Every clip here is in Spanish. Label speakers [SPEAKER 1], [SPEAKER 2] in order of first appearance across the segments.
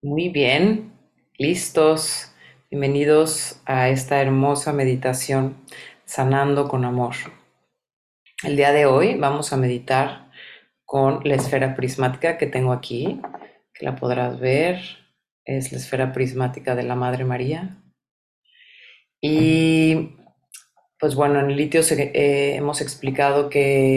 [SPEAKER 1] Muy bien, listos. Bienvenidos a esta hermosa meditación, sanando con amor. El día de hoy vamos a meditar con la esfera prismática que tengo aquí, que la podrás ver. Es la esfera prismática de la Madre María. Y pues bueno, en el litio hemos explicado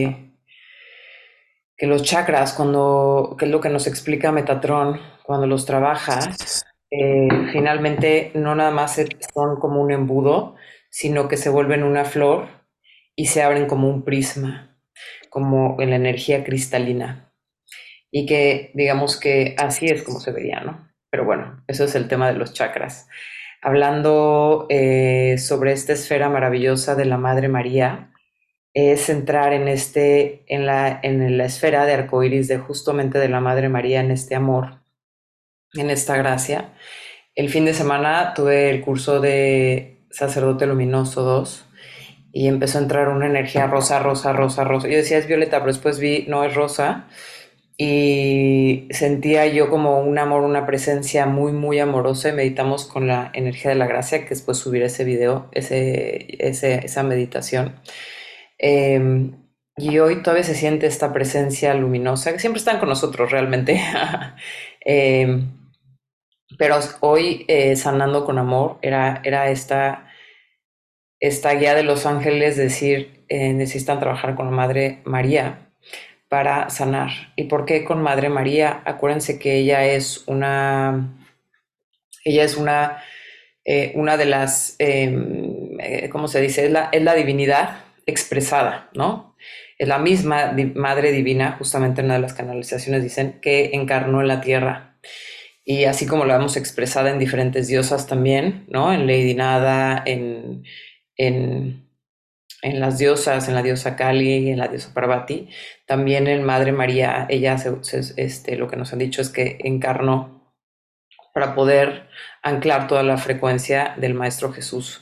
[SPEAKER 1] que los chakras, que es lo que nos explica Metatron, cuando los trabajas, finalmente no nada más son como un embudo, sino que se vuelven una flor y se abren como un prisma, como en la energía cristalina. Y que digamos que así es como se vería, ¿no? Pero bueno, eso es el tema de los chakras. Hablando sobre esta esfera maravillosa de la Madre María, es entrar en la esfera de arcoíris de justamente de la Madre María, en este amor, en esta gracia. El fin de semana tuve el curso de Sacerdote Luminoso 2 y empezó a entrar una energía rosa, rosa, rosa, rosa. Yo decía es violeta, pero después vi, no es rosa. Y sentía yo como un amor, una presencia muy, muy amorosa y meditamos con la energía de la gracia, que después subiré ese video, esa meditación. Eh, y hoy todavía se siente esta presencia luminosa, que siempre están con nosotros realmente. Eh, pero hoy, sanando con amor, era esta guía de los ángeles, decir, necesitan trabajar con la Madre María para sanar. ¿Y por qué con Madre María? Acuérdense que ella es una de las, ¿cómo se dice? Es la divinidad expresada, ¿no? Es la misma Madre Divina, justamente en una de las canalizaciones dicen, que encarnó en la tierra. Y así como la vemos expresada en diferentes diosas también, ¿no? En Lady Nada, en, en las diosas, en la diosa Kali, en la diosa Parvati, también en Madre María, ella lo que nos han dicho es que encarnó para poder anclar toda la frecuencia del Maestro Jesús.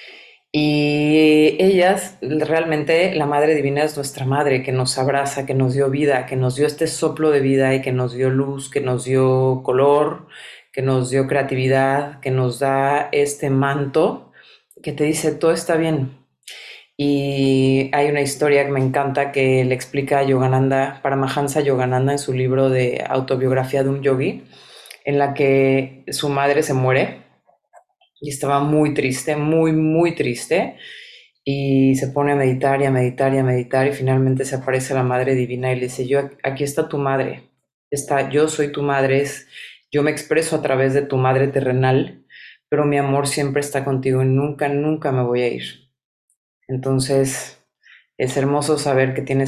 [SPEAKER 1] Y ellas, realmente la Madre Divina es nuestra Madre que nos abraza, que nos dio vida, que nos dio este soplo de vida y que nos dio luz, que nos dio color, que nos dio creatividad, que nos da este manto que te dice todo está bien. Y hay una historia que me encanta que le explica a Yogananda, Paramahansa Yogananda, en su libro de autobiografía de un yogi, en la que su madre se muere y estaba muy triste, muy, muy triste, y se pone a meditar y a meditar y a meditar y finalmente se aparece la Madre Divina y le dice, yo, aquí está tu madre, yo soy tu madre, yo me expreso a través de tu madre terrenal, pero mi amor siempre está contigo y nunca, nunca me voy a ir. Entonces, es hermoso saber que tienes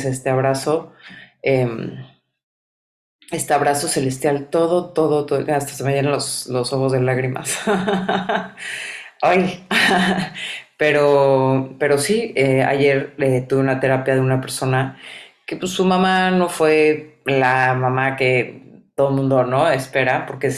[SPEAKER 1] este abrazo celestial, todo, todo, todo, hasta se me llenan los ojos de lágrimas. Ay, pero sí, ayer tuve una terapia de una persona que pues su mamá no fue la mamá que todo el mundo no espera, porque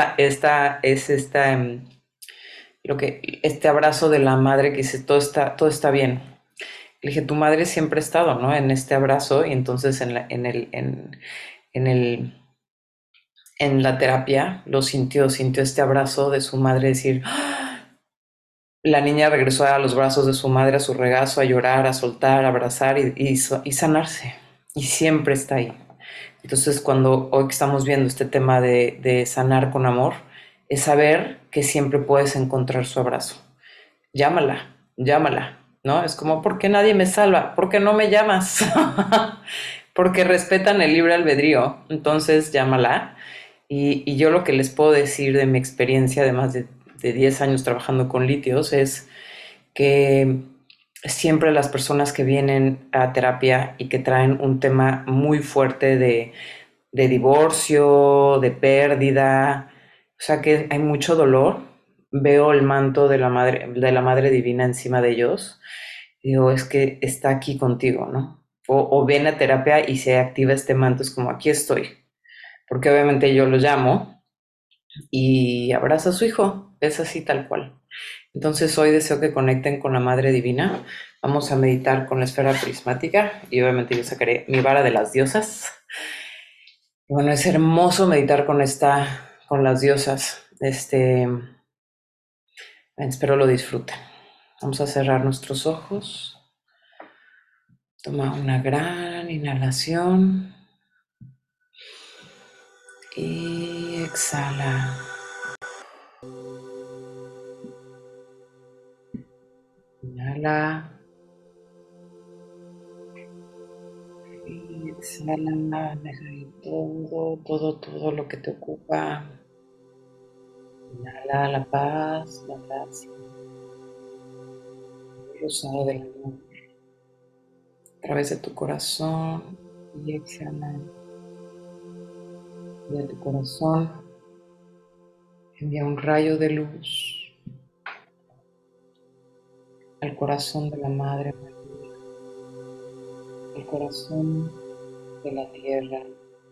[SPEAKER 1] este abrazo de la madre que dice todo está bien. Le dije, tu madre siempre ha estado, ¿no? En este abrazo, y entonces en el, en la terapia lo sintió este abrazo de su madre, decir, la niña regresó a los brazos de su madre, a su regazo, a llorar, a soltar, a abrazar y sanarse. Y siempre está ahí. Entonces, cuando hoy que estamos viendo este tema de sanar con amor, es saber que siempre puedes encontrar su abrazo. Llámala, llámala, ¿no? Es como, ¿por qué nadie me salva? ¿Por qué no me llamas? Porque respetan el libre albedrío. Entonces, llámala. Y yo lo que les puedo decir de mi experiencia de más de 10 años trabajando con litios es que siempre las personas que vienen a terapia y que traen un tema muy fuerte de divorcio, de pérdida, o sea que hay mucho dolor, veo el manto de la Madre Divina encima de ellos, digo, es que está aquí contigo, ¿no? O ven a terapia y se activa este manto, es como aquí estoy, porque obviamente yo lo llamo y abraza a su hijo, es así tal cual. Entonces hoy deseo que conecten con la Madre Divina. Vamos a meditar con la esfera prismática y obviamente yo sacaré mi vara de las diosas. Bueno, es hermoso meditar con las diosas. Espero lo disfruten. Vamos a cerrar nuestros ojos. Toma una gran inhalación y exhala. Inhala y exhala. Deja ir todo lo que te ocupa. Inhala la paz, la gracia, el rosado del amor a través de tu corazón y exhala de tu corazón. Envía un rayo de luz al corazón de la Madre María, al corazón de la tierra,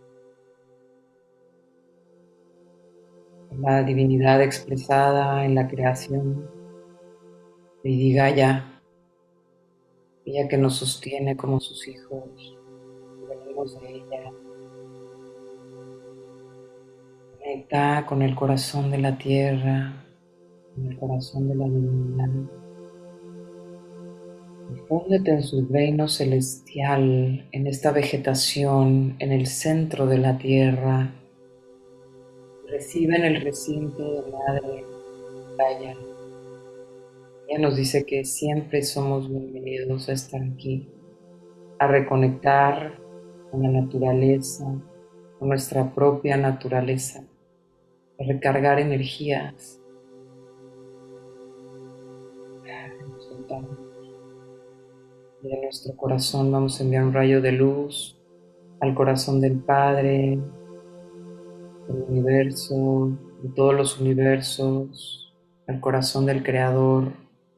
[SPEAKER 1] la divinidad expresada en la creación, Lady Gaia, ella que nos sostiene como sus hijos, venimos de ella. Conecta con el corazón de la tierra, con el corazón de la divinidad. Fúndete en su reino celestial, en esta vegetación, en el centro de la tierra. Recibe en el recinto de Madre Gaia. Ella nos dice que siempre somos bienvenidos a estar aquí, a reconectar con la naturaleza, con nuestra propia naturaleza, a recargar energías. Y de nuestro corazón vamos a enviar un rayo de luz al corazón del Padre, del universo, de todos los universos, al corazón del Creador.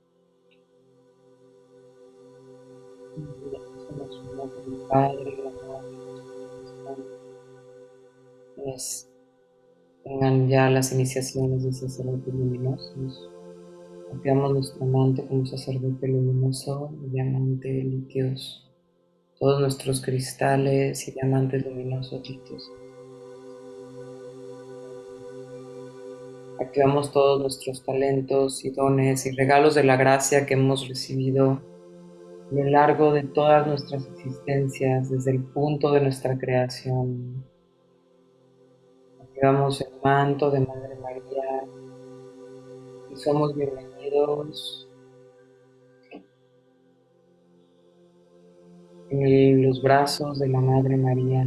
[SPEAKER 1] El Padre, la Madre, quienes tengan ya las iniciaciones de sacerdotes luminosos. Confiamos nuestro amante como sacerdote luminoso y diamante líquidos, todos nuestros cristales y diamantes luminosos líquidos. Activamos todos nuestros talentos y dones y regalos de la gracia que hemos recibido a lo largo de todas nuestras existencias, desde el punto de nuestra creación. Activamos el manto de Madre María y somos bienvenidos en los brazos de la Madre María.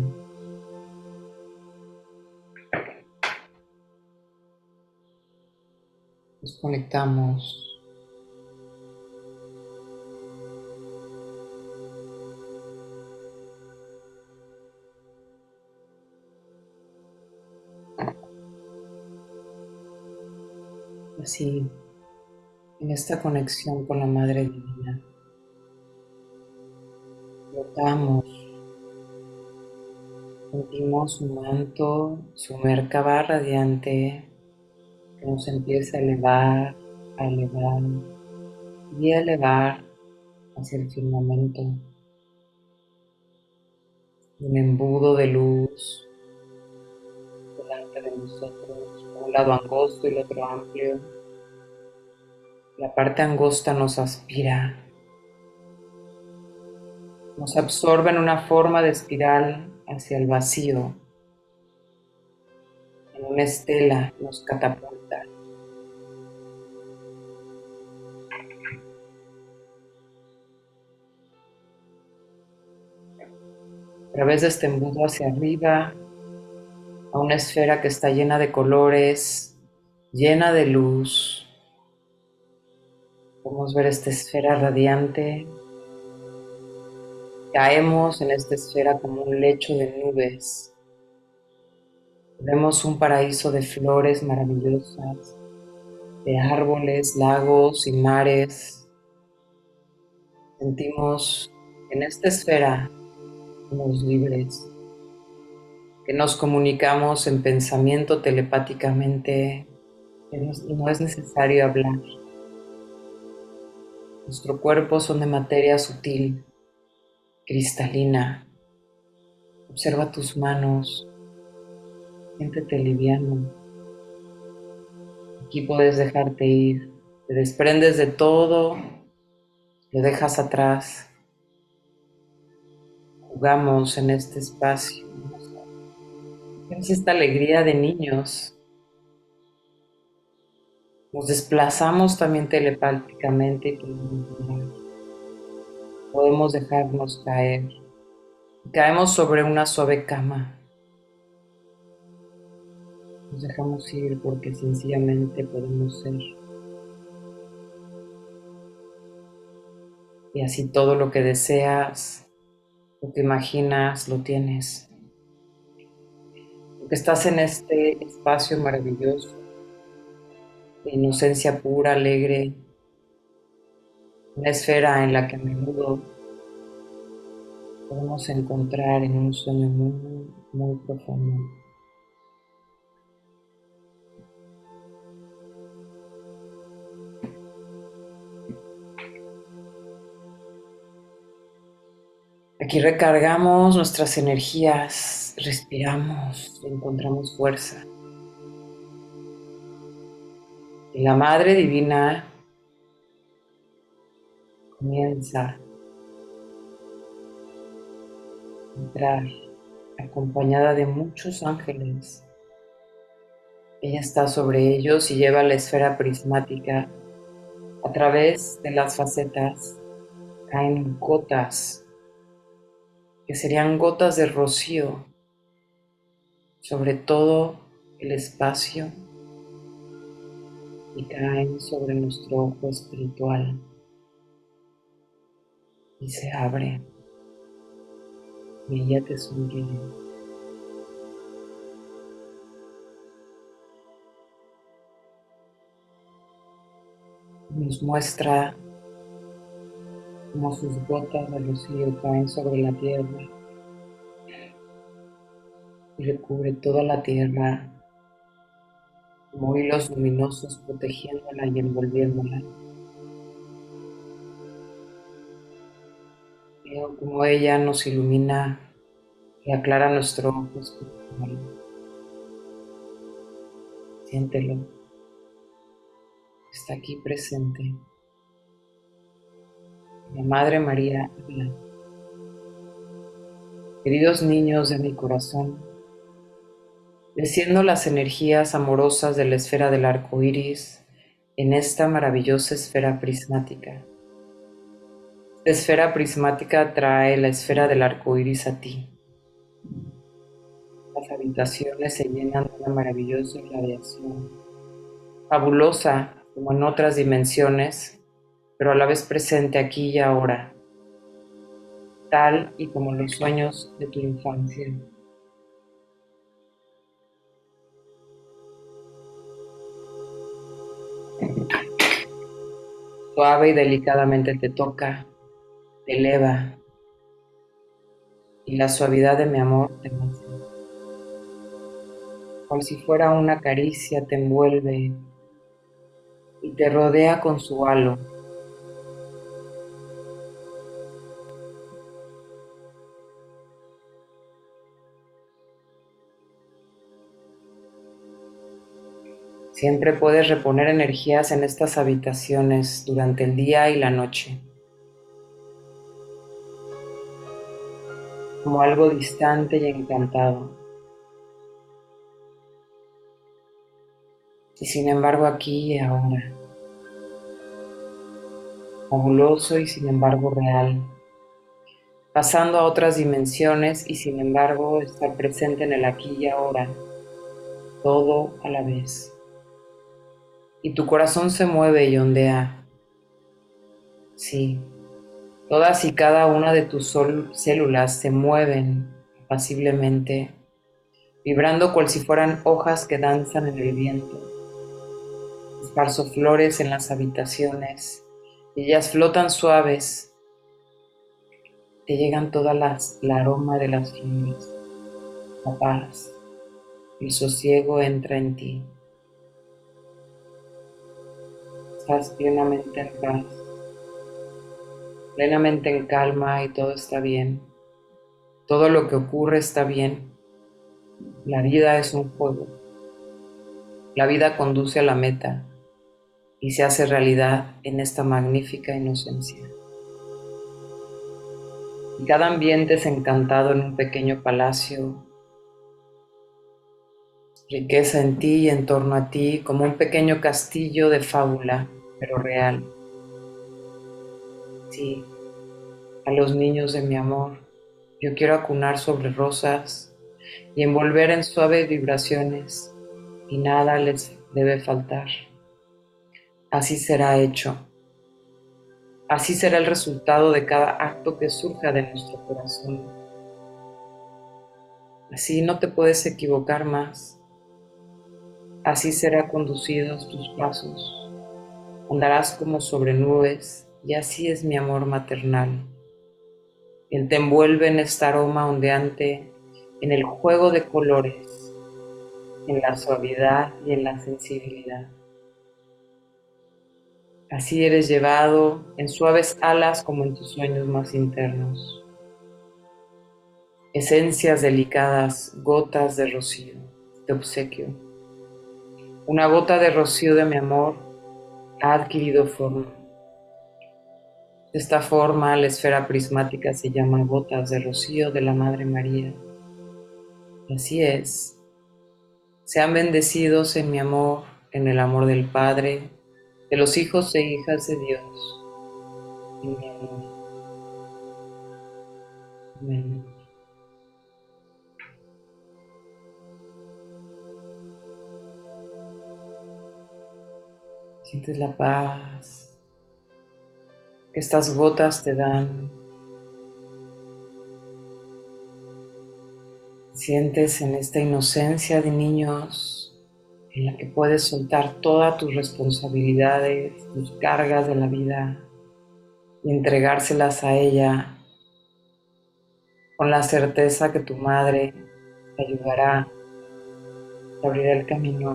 [SPEAKER 1] Nos conectamos. Así, en esta conexión con la Madre Divina, flotamos, sentimos su manto, su Merkaba radiante que nos empieza a elevar y a elevar hacia el firmamento. Un embudo de luz delante de nosotros, un lado angosto y el otro amplio. La parte angosta nos aspira, nos absorbe en una forma de espiral hacia el vacío. En una estela nos catapulta. A través de este embudo hacia arriba, a una esfera que está llena de colores, llena de luz. Podemos ver esta esfera radiante. Caemos en esta esfera como un lecho de nubes. Vemos un paraíso de flores maravillosas, de árboles, lagos y mares. Sentimos en esta esfera somos libres, que nos comunicamos en pensamiento telepáticamente, que no es necesario hablar. Nuestro cuerpo son de materia sutil, cristalina. Observa tus manos, siéntete liviano. Aquí puedes dejarte ir, te desprendes de todo, lo dejas atrás, jugamos en este espacio. Es esta alegría de niños. Nos desplazamos también telepáticamente y podemos dejarnos caer. Caemos sobre una suave cama. Nos dejamos ir porque sencillamente podemos ser. Y así todo lo que deseas, lo que imaginas, lo tienes. Porque estás en este espacio maravilloso, de inocencia pura, alegre, una esfera en la que a menudo podemos encontrar en un sueño muy, muy profundo. Aquí recargamos nuestras energías, respiramos, encontramos fuerza. Y la Madre Divina comienza a entrar acompañada de muchos ángeles. Ella está sobre ellos y lleva la esfera prismática a través de las facetas. Caen gotas, que serían gotas de rocío, sobre todo el espacio y caen sobre nuestro ojo espiritual y se abre y ella te sonríe. Nos muestra cómo sus gotas de rocío caen sobre la tierra y recubre toda la tierra como hilos luminosos protegiéndola y envolviéndola. Veo como ella nos ilumina y aclara nuestro ojo espiritual. Siéntelo, está aquí presente. La Madre María habla. Queridos niños de mi corazón, desciendo las energías amorosas de la esfera del arco iris en esta maravillosa esfera prismática. La esfera prismática trae la esfera del arco iris a ti. Las habitaciones se llenan de una maravillosa radiación, fabulosa como en otras dimensiones, pero a la vez presente aquí y ahora, tal y como los sueños de tu infancia. Suave y delicadamente te toca, te eleva, y la suavidad de mi amor te mece. Cual si fuera una caricia te envuelve y te rodea con su halo. Siempre puedes reponer energías en estas habitaciones durante el día y la noche, como algo distante y encantado. Y sin embargo aquí y ahora, fabuloso y sin embargo real, pasando a otras dimensiones y sin embargo estar presente en el aquí y ahora, todo a la vez. Y tu corazón se mueve y ondea. Sí, todas y cada una de tus células se mueven apaciblemente, vibrando cual si fueran hojas que danzan en el viento. Esparzo flores en las habitaciones, y ellas flotan suaves, te llegan la aroma de las flores, la paz, el sosiego entra en ti. Estás plenamente en paz, plenamente en calma y todo está bien. Todo lo que ocurre está bien. La vida es un juego. La vida conduce a la meta y se hace realidad en esta magnífica inocencia. Y cada ambiente es encantado en un pequeño palacio, riqueza en ti y en torno a ti, como un pequeño castillo de fábula, pero real. Sí, a los niños de mi amor, yo quiero acunar sobre rosas y envolver en suaves vibraciones, y nada les debe faltar. Así será hecho. Así será el resultado de cada acto que surja de nuestro corazón. Así no te puedes equivocar más. Así serán conducidos tus pasos. Andarás como sobre nubes, y así es mi amor maternal. Él te envuelve en esta aroma ondeante, en el juego de colores, en la suavidad y en la sensibilidad. Así eres llevado en suaves alas como en tus sueños más internos. Esencias delicadas, gotas de rocío, de obsequio. Una gota de rocío de mi amor ha adquirido forma. De esta forma, la esfera prismática se llama gotas de rocío de la Madre María. Y así es. Sean bendecidos en mi amor, en el amor del Padre, de los hijos e hijas de Dios, en mi amor. Amén. Sientes la paz que estas gotas te dan. Sientes en esta inocencia de niños en la que puedes soltar todas tus responsabilidades, tus cargas de la vida y entregárselas a ella con la certeza que tu madre te ayudará, te abrirá el camino.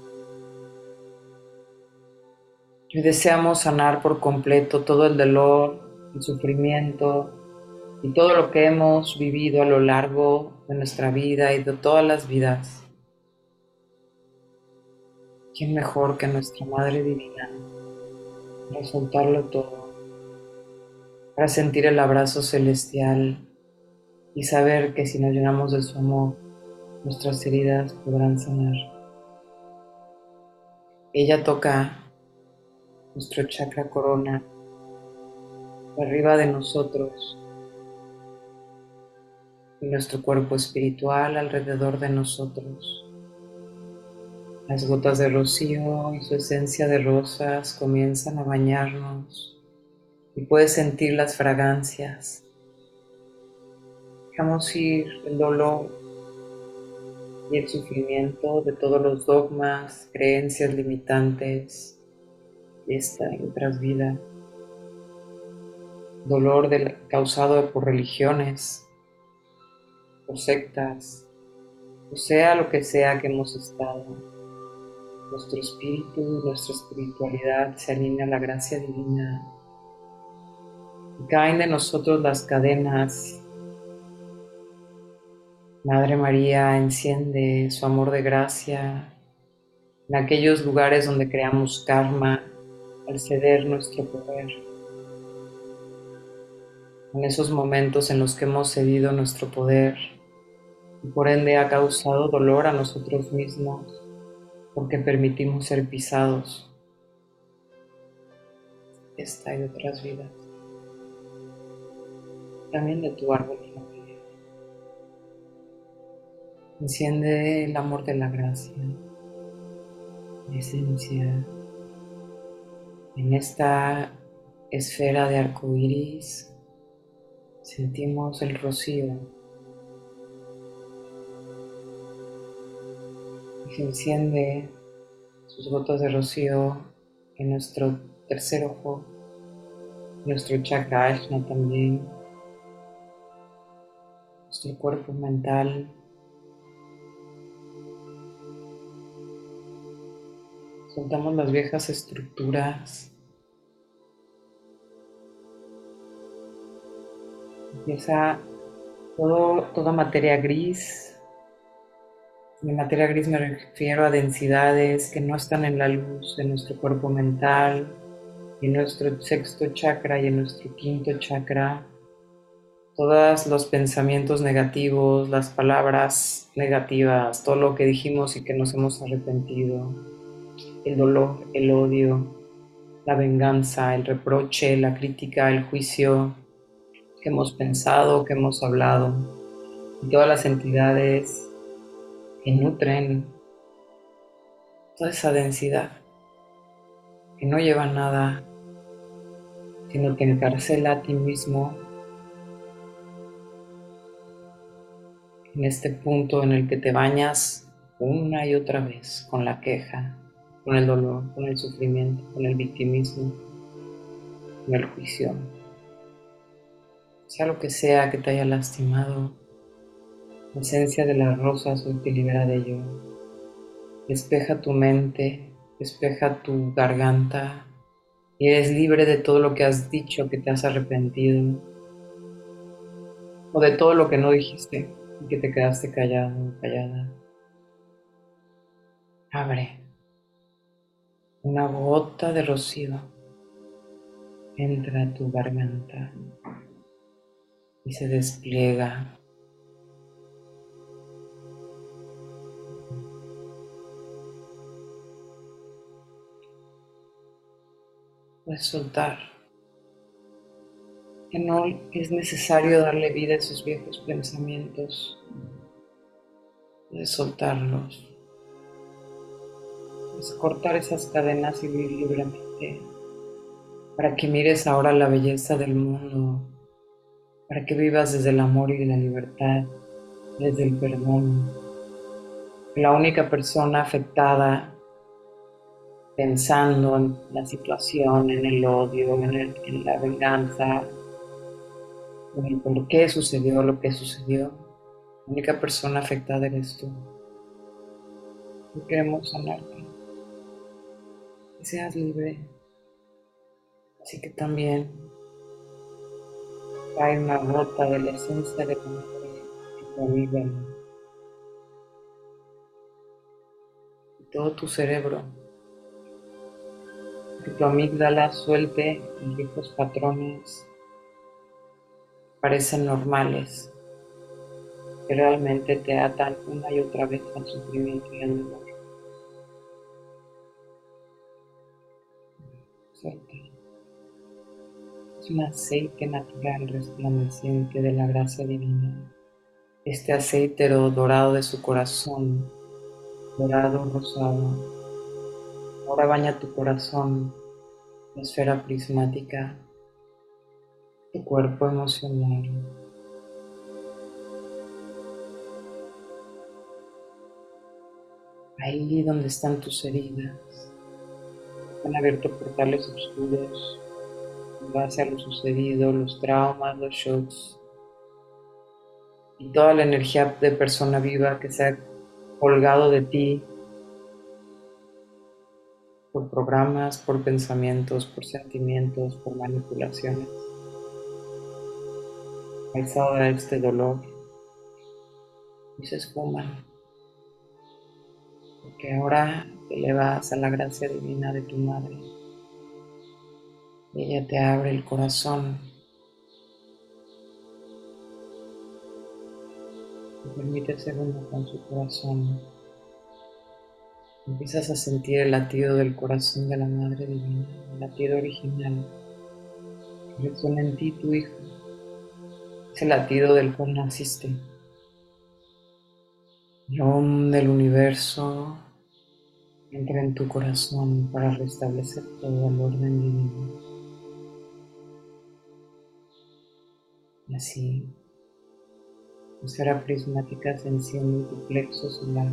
[SPEAKER 1] Y deseamos sanar por completo todo el dolor, el sufrimiento y todo lo que hemos vivido a lo largo de nuestra vida y de todas las vidas. ¿Quién mejor que nuestra Madre Divina para soltarlo todo, para sentir el abrazo celestial y saber que si nos llenamos de su amor, nuestras heridas podrán sanar? Ella toca nuestro chakra corona arriba de nosotros y nuestro cuerpo espiritual alrededor de nosotros. Las gotas de rocío y su esencia de rosas comienzan a bañarnos y puedes sentir las fragancias. Dejamos ir el dolor y el sufrimiento de todos los dogmas, creencias limitantes de esta y otras vidas. Dolor causado por religiones, por sectas, o sea lo que sea que hemos estado. Nuestro espíritu, nuestra espiritualidad se alinea a la gracia divina. Y caen de nosotros las cadenas. Madre María enciende su amor de gracia en aquellos lugares donde creamos karma al ceder nuestro poder. En esos momentos en los que hemos cedido nuestro poder y por ende ha causado dolor a nosotros mismos porque permitimos ser pisados. Esta y de otras vidas. También de tu árbol familiar. Enciende el amor de la gracia, la esencia. En esta esfera de arco iris sentimos el rocío y se enciende sus gotas de rocío en nuestro tercer ojo, nuestro chakra ajna también, nuestro cuerpo mental. Soltamos las viejas estructuras. Empieza toda materia gris En materia gris me refiero a densidades que no están en la luz de nuestro cuerpo mental, y en nuestro sexto chakra y en nuestro quinto chakra. Todos los pensamientos negativos, las palabras negativas, todo lo que dijimos y que nos hemos arrepentido, el dolor, el odio, la venganza, el reproche, la crítica, el juicio que hemos pensado, que hemos hablado, y todas las entidades que nutren toda esa densidad, que no lleva nada, sino que encarcela a ti mismo en este punto en el que te bañas una y otra vez con la queja, con el dolor, con el sufrimiento, con el victimismo, con el juicio. Sea lo que sea que te haya lastimado, la esencia de las rosas hoy te libera de ello. Despeja tu mente, despeja tu garganta y eres libre de todo lo que has dicho que te has arrepentido o de todo lo que no dijiste y que te quedaste callado o callada. Abre una gota de rocío, entra a tu garganta y se despliega. Puedes soltar, que no es necesario darle vida a esos viejos pensamientos. Puedes soltarlos, puedes cortar esas cadenas y vivir libremente, para que mires ahora la belleza del mundo, para que vivas desde el amor y la libertad, desde el perdón. La única persona afectada pensando en la situación, en el odio, en la venganza, en el por qué sucedió lo que sucedió. La única persona afectada eres tú. Y queremos sanarte, que seas libre. Así que también cae una gota de la esencia de la madre en tu amígdala y todo tu cerebro. Que tu amígdala suelte los viejos patrones que parecen normales, que realmente te atan una y otra vez al sufrimiento y al dolor. Suelta. Es un aceite natural resplandeciente de la gracia divina. Este aceite dorado de su corazón, dorado rosado, ahora baña tu corazón, la esfera prismática, tu cuerpo emocional. Ahí donde están tus heridas, han abierto portales oscuros en base a lo sucedido, los traumas, los shocks y toda la energía de persona viva que se ha colgado de ti por programas, por pensamientos, por sentimientos, por manipulaciones. Alzada este dolor y se esfuman, porque ahora te elevas a la gracia divina de tu madre y ella te abre el corazón, te permite ser uno con su corazón. Empiezas a sentir el latido del corazón de la Madre Divina, el latido original que resuena en ti, tu hijo, ese latido del cual naciste. El Om del universo entra en tu corazón para restablecer todo el orden divino. Y así, tu esfera prismática se enciende en tu plexo solar.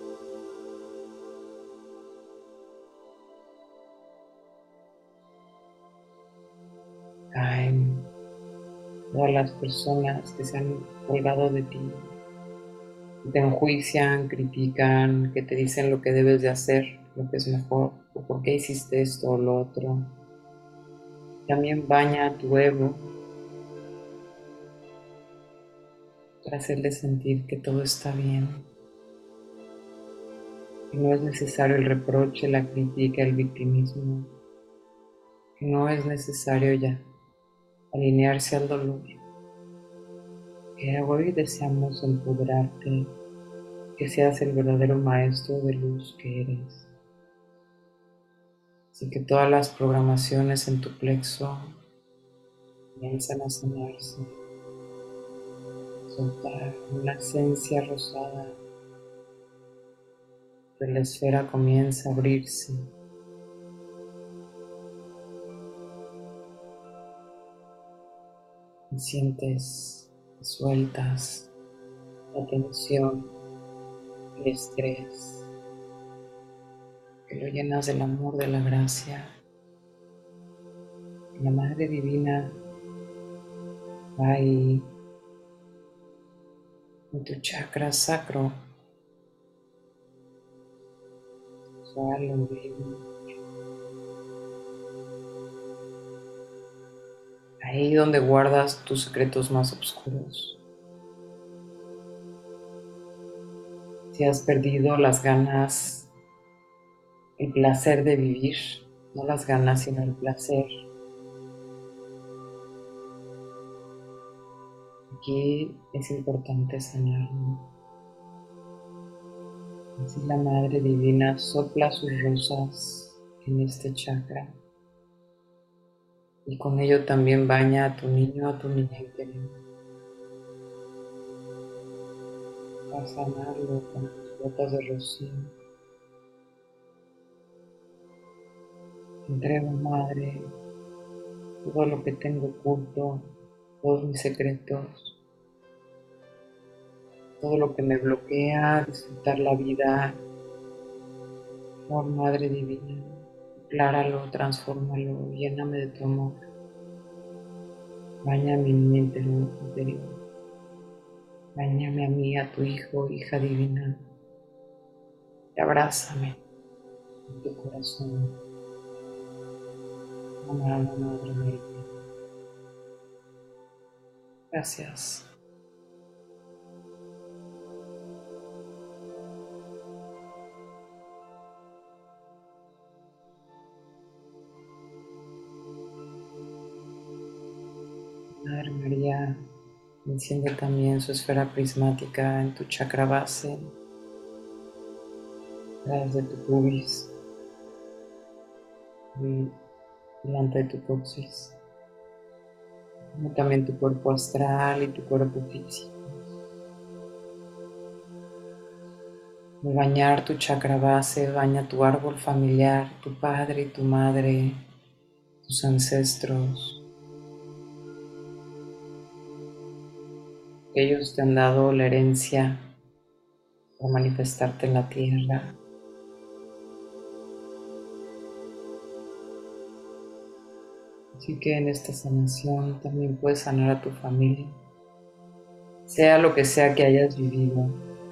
[SPEAKER 1] Caen todas las personas que se han colgado de ti, que te enjuician, critican, que te dicen lo que debes de hacer, lo que es mejor, o por qué hiciste esto o lo otro. También baña a tu ego para hacerle sentir que todo está bien, que no es necesario el reproche, la crítica, el victimismo, que no es necesario ya alinearse al dolor, que hoy deseamos empoderarte, que seas el verdadero maestro de luz que eres. Así que todas las programaciones en tu plexo comienzan a sanarse, soltar una esencia rosada de la esfera comienza a abrirse. Y sientes que sueltas la tensión, el estrés, que lo llenas del amor, de la gracia. La Madre Divina va ahí en tu chakra sacro, sexual, ombligo, ahí donde guardas tus secretos más oscuros. Si has perdido las ganas, el placer de vivir, no las ganas, sino el placer. Aquí es importante sanarlo. Así la Madre Divina sopla sus rosas en este chakra y con ello también baña a tu niño, a tu niña interior. Va a sanarlo con tus gotas de rocío. Te entrego, Madre, todo lo que tengo oculto, todos mis secretos, todo lo que me bloquea a disfrutar la vida. Oh, Madre Divina, acláralo, transfórmalo, lléname de tu amor. Baña mi niña interior. Báñame a mí, a tu hijo, hija divina. Y abrázame en tu corazón, amada Madre María. Gracias. Madre María, enciende también su esfera prismática en tu chakra base, desde tu pubis y delante de tu coxis. Como también tu cuerpo astral y tu cuerpo físico. Al bañar tu chakra base, baña tu árbol familiar, tu padre y tu madre, tus ancestros. Ellos te han dado la herencia por manifestarte en la tierra. Así que en esta sanación también puedes sanar a tu familia, sea lo que sea que hayas vivido.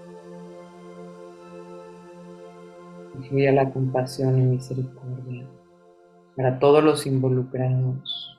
[SPEAKER 1] Fluya la compasión y misericordia para todos los involucrados.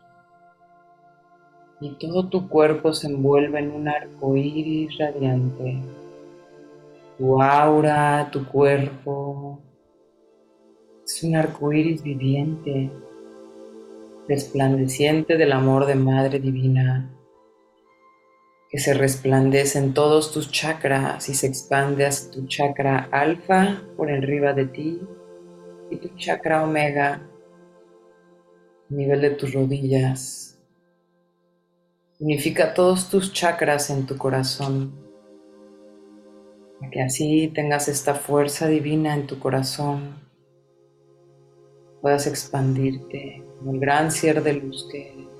[SPEAKER 1] Y todo tu cuerpo se envuelve en un arco iris radiante. Tu aura, tu cuerpo, es un arco iris viviente, resplandeciente del amor de Madre Divina, que se resplandece en todos tus chakras y se expande hasta tu chakra alfa por arriba de ti y tu chakra omega a nivel de tus rodillas. Unifica todos tus chakras en tu corazón, para que así tengas esta fuerza divina en tu corazón, puedas expandirte como el gran ser de luz que eres.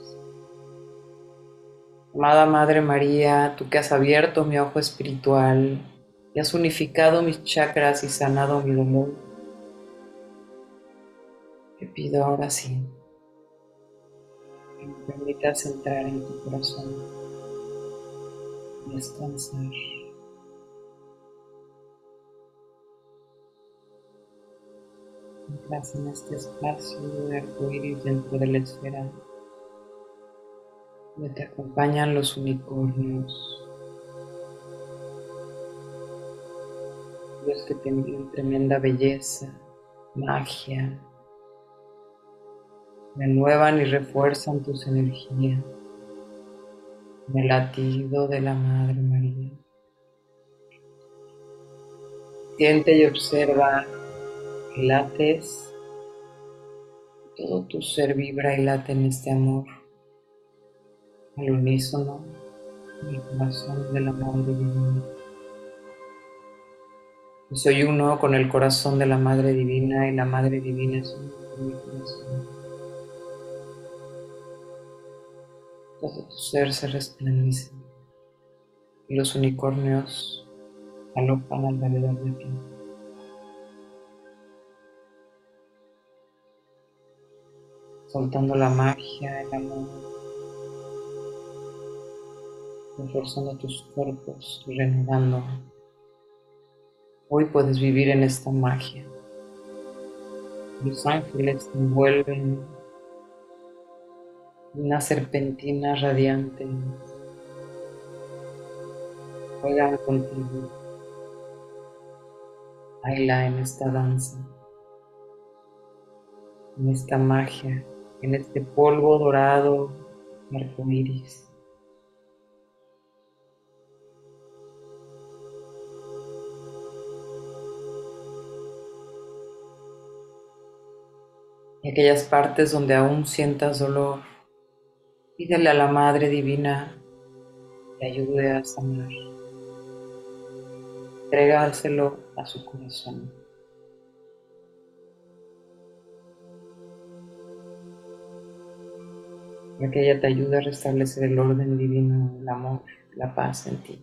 [SPEAKER 1] Amada Madre María, tú que has abierto mi ojo espiritual y has unificado mis chakras y sanado mi dolor, te pido ahora sí que me permitas entrar en tu corazón y descansar. Entras en este espacio de arcoíris dentro de la esfera donde te acompañan los unicornios, los que tienen tremenda belleza, magia, renuevan y refuerzan tus energías. El latido de la Madre María. Siente y observa que lates, todo tu ser vibra y late en este amor, al unísono, en el corazón de la Madre Divina. Yo soy uno con el corazón de la Madre Divina y la Madre Divina es uno con mi corazón. Todo tu ser se resplandece y los unicornios galopan alrededor de ti. Soltando la magia, el amor, reforzando tus cuerpos y renovando. Hoy puedes vivir en esta magia. Los ángeles te envuelven en una serpentina radiante. Juegan contigo. Baila en esta danza, en esta magia, en este polvo dorado arcoíris. Y aquellas partes donde aún sientas dolor, pídele a la Madre Divina que ayude a sanar. Entrégaselo a su corazón. Para que ella te ayude a restablecer el orden divino, el amor, la paz en ti.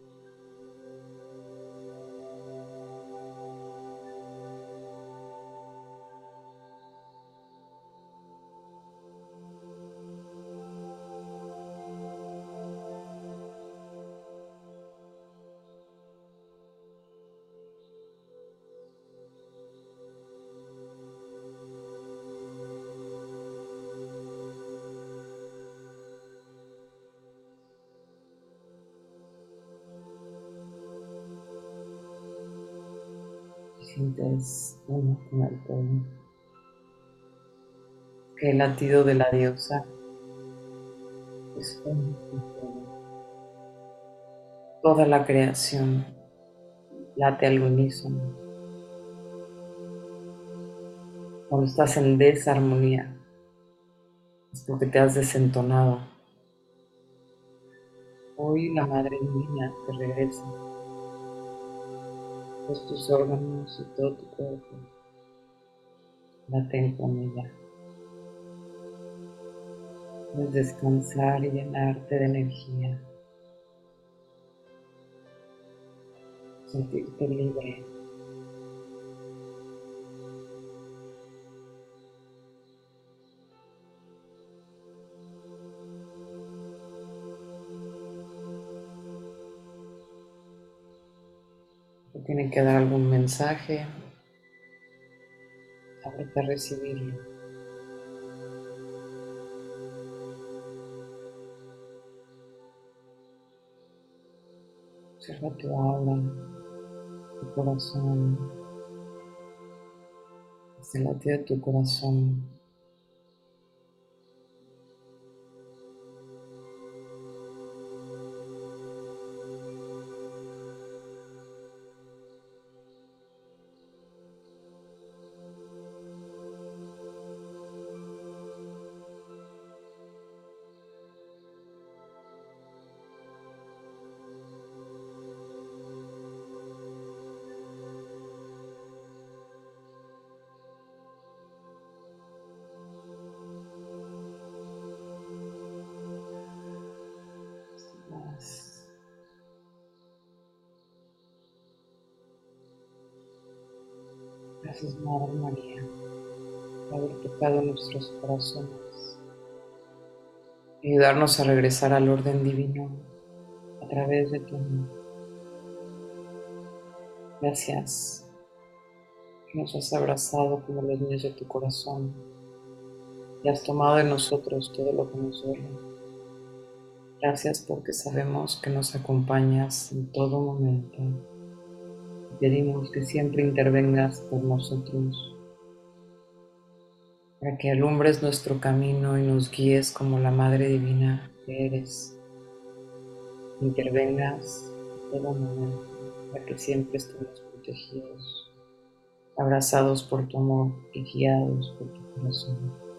[SPEAKER 1] Te sientes uno con el todo. Que el latido de la diosa es uno con todo. Toda la creación late al unísono. Cuando estás en desarmonía, es porque te has desentonado. Hoy la Madre Divina te regresa todos tus órganos y todo tu cuerpo. Laten con ella. Puedes descansar y llenarte de energía. Sentirte libre. Te tienen que dar algún mensaje. Ábrete a recibirlo. Observa tu aura, tu corazón, desde el latido de tu corazón. Más. Gracias, Madre María, por haber tocado nuestros corazones y ayudarnos a regresar al orden divino a través de tu amor. Gracias que nos has abrazado como los niños de tu corazón y has tomado de nosotros todo lo que nos duele. Gracias porque sabemos que nos acompañas en todo momento. pedimos que siempre intervengas por nosotros, para que alumbres nuestro camino y nos guíes como la Madre Divina que eres. Intervengas de todo momento, para que siempre estemos protegidos, abrazados por tu amor y guiados por tu corazón.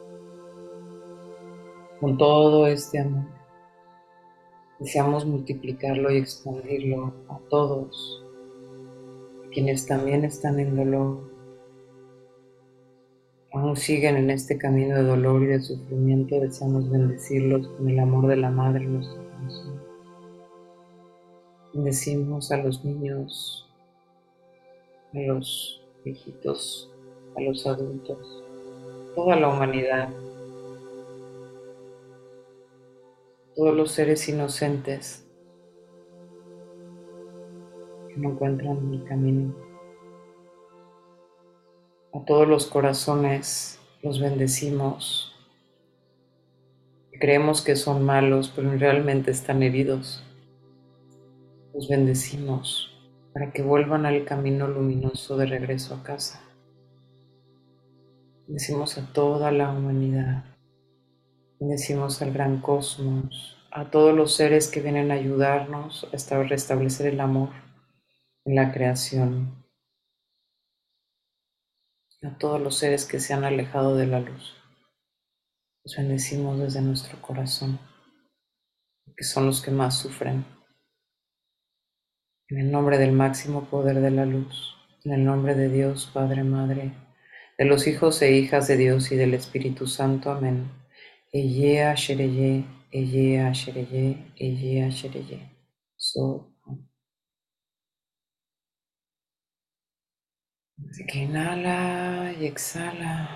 [SPEAKER 1] Con todo este amor, deseamos multiplicarlo y expandirlo a todos, quienes también están en dolor, aún siguen en este camino de dolor y de sufrimiento. Deseamos bendecirlos con el amor de la Madre en nuestro corazón. Bendecimos a los niños, a los viejitos, a los adultos, toda la humanidad, todos los seres inocentes que no encuentran el camino. A todos los corazones los bendecimos. Creemos que son malos, pero realmente están heridos. Los bendecimos para que vuelvan al camino luminoso de regreso a casa. Bendecimos a toda la humanidad. Bendecimos al gran cosmos, a todos los seres que vienen a ayudarnos a restablecer el amor en la creación, a todos los seres que se han alejado de la luz. Los bendecimos desde nuestro corazón, que son los que más sufren. En el nombre del máximo poder de la luz, en el nombre de Dios, Padre, Madre, de los hijos e hijas de Dios y del Espíritu Santo. Amén. Eye Ashereye, Eye Ashereye, Eye Ashereye. So. Así que inhala y exhala.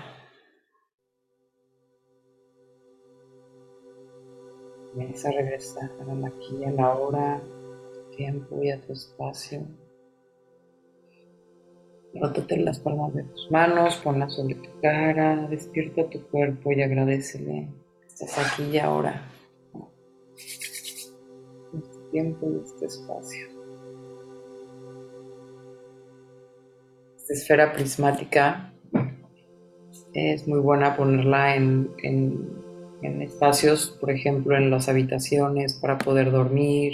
[SPEAKER 1] Comienza a regresar al aquí y a la hora, a tu tiempo y a tu espacio. Rótate las palmas de tus manos, ponlas sobre tu cara, despierta tu cuerpo y agradecele que estás aquí y ahora, en este tiempo y este espacio. Esta esfera prismática es muy buena ponerla en espacios, por ejemplo, en las habitaciones para poder dormir,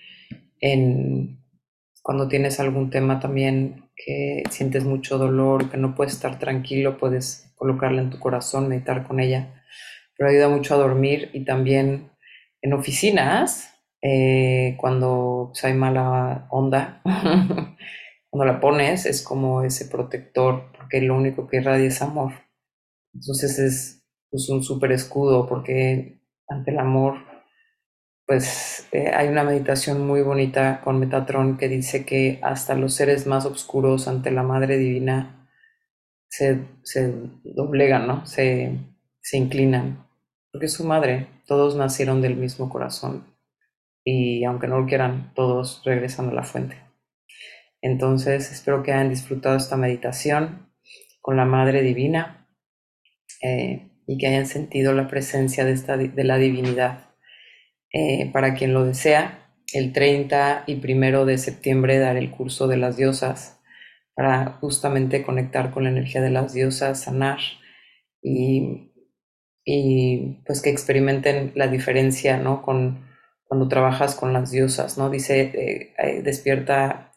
[SPEAKER 1] cuando tienes algún tema también que sientes mucho dolor, que no puedes estar tranquilo, puedes colocarla en tu corazón, meditar con ella, pero ayuda mucho a dormir. Y también en oficinas, cuando pues, hay mala onda, cuando la pones es como ese protector, porque lo único que irradia es amor. Entonces es pues, un súper escudo, porque ante el amor pues hay una meditación muy bonita con Metatron que dice que hasta los seres más oscuros ante la Madre Divina se doblegan, ¿no? Se inclinan, porque es su madre. Todos nacieron del mismo corazón y aunque no lo quieran, todos regresan a la fuente. Entonces espero que hayan disfrutado esta meditación con la Madre Divina, y que hayan sentido la presencia de la divinidad. Para quien lo desea, el 30 y 1 de septiembre daré el curso de las diosas para justamente conectar con la energía de las diosas, sanar y, y pues que experimenten la diferencia, ¿no? Cuando trabajas con las diosas, ¿no? Dice, despierta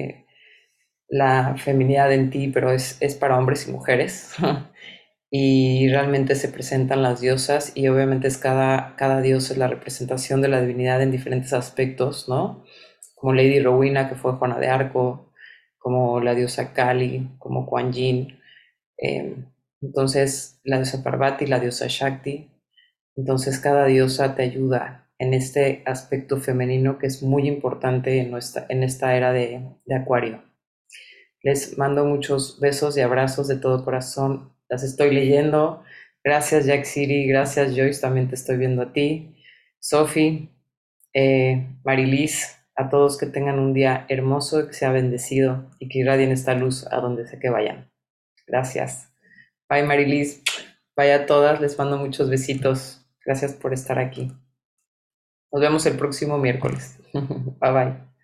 [SPEAKER 1] la feminidad en ti, pero es para hombres y mujeres. Y realmente se presentan las diosas y obviamente cada dios es la representación de la divinidad en diferentes aspectos, ¿no? Como Lady Rowena, que fue Juana de Arco, como la diosa Kali, como Kuan Yin, eh, entonces la diosa Parvati, la diosa Shakti. Entonces cada diosa te ayuda en este aspecto femenino que es muy importante en esta era de Acuario. Les mando muchos besos y abrazos de todo corazón. Las estoy leyendo. Gracias, Jack City. Gracias, Joyce. También te estoy viendo a ti. Sophie, Marilis, a todos que tengan un día hermoso, que sea bendecido y que irradien esta luz a donde sea que vayan. Gracias. Bye, Marilis. Bye a todas. Les mando muchos besitos. Gracias por estar aquí. Nos vemos el próximo miércoles. Bye, bye.